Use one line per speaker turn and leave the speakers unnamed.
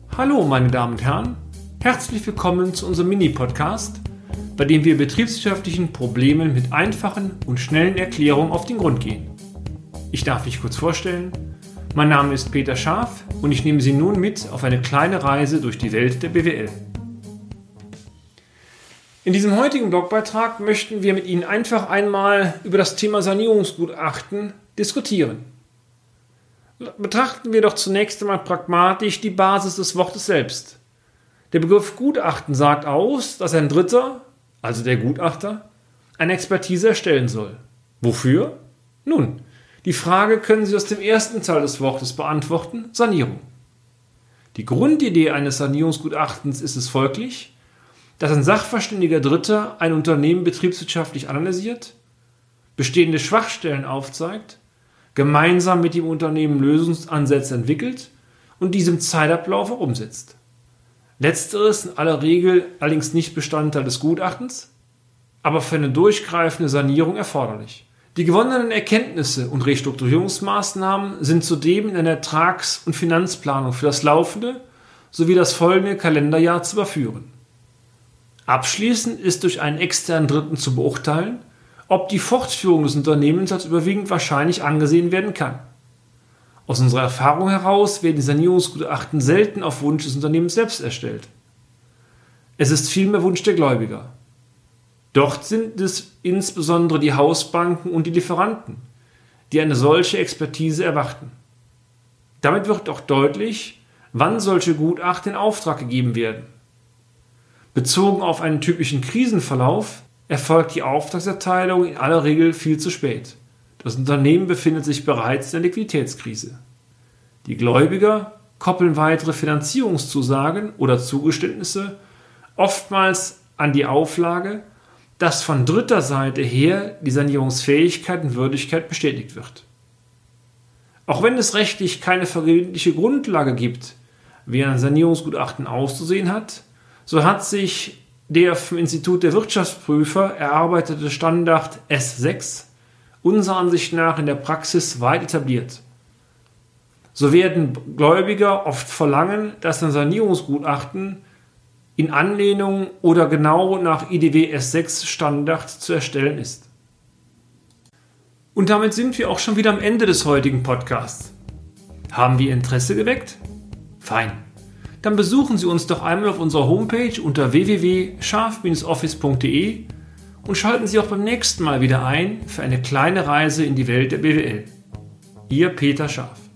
Hallo meine Damen und Herren, herzlich willkommen zu unserem Mini-Podcast, bei dem wir betriebswirtschaftlichen Problemen mit einfachen und schnellen Erklärungen auf den Grund gehen. Ich darf mich kurz vorstellen, mein Name ist Peter Scharf und ich nehme Sie nun mit auf eine kleine Reise durch die Welt der BWL. In diesem heutigen Blogbeitrag möchten wir mit Ihnen einfach einmal über das Thema Sanierungsgutachten diskutieren. Betrachten wir doch zunächst einmal pragmatisch die Basis des Wortes selbst. Der Begriff Gutachten sagt aus, dass ein Dritter, also der Gutachter, eine Expertise erstellen soll. Wofür? Nun, die Frage können Sie aus dem ersten Teil des Wortes beantworten: Sanierung. Die Grundidee eines Sanierungsgutachtens ist es folglich, dass ein sachverständiger Dritter ein Unternehmen betriebswirtschaftlich analysiert, bestehende Schwachstellen aufzeigt, gemeinsam mit dem Unternehmen Lösungsansätze entwickelt und diesem Zeitablauf auch umsetzt. Letzteres in aller Regel allerdings nicht Bestandteil des Gutachtens, aber für eine durchgreifende Sanierung erforderlich. Die gewonnenen Erkenntnisse und Restrukturierungsmaßnahmen sind zudem in einer Ertrags- und Finanzplanung für das laufende sowie das folgende Kalenderjahr zu überführen. Abschließend ist durch einen externen Dritten zu beurteilen, ob die Fortführung des Unternehmens als überwiegend wahrscheinlich angesehen werden kann. Aus unserer Erfahrung heraus werden die Sanierungsgutachten selten auf Wunsch des Unternehmens selbst erstellt. Es ist vielmehr Wunsch der Gläubiger. Dort sind es insbesondere die Hausbanken und die Lieferanten, die eine solche Expertise erwarten. Damit wird auch deutlich, wann solche Gutachten in Auftrag gegeben werden. Bezogen auf einen typischen Krisenverlauf erfolgt die Auftragserteilung in aller Regel viel zu spät. Das Unternehmen befindet sich bereits in der Liquiditätskrise. Die Gläubiger koppeln weitere Finanzierungszusagen oder Zugeständnisse oftmals an die Auflage, dass von dritter Seite her die Sanierungsfähigkeit und Würdigkeit bestätigt wird. Auch wenn es rechtlich keine verbindliche Grundlage gibt, wie ein Sanierungsgutachten auszusehen hat, so hat sich der vom Institut der Wirtschaftsprüfer erarbeitete Standard S6 unserer Ansicht nach in der Praxis weit etabliert. So werden Gläubiger oft verlangen, dass ein Sanierungsgutachten in Anlehnung oder genau nach IDW S6 Standard zu erstellen ist. Und damit sind wir auch schon wieder am Ende des heutigen Podcasts. Haben wir Interesse geweckt? Fein. Dann besuchen Sie uns doch einmal auf unserer Homepage unter www.scharf-office.de und schalten Sie auch beim nächsten Mal wieder ein für eine kleine Reise in die Welt der BWL. Ihr Peter Scharf.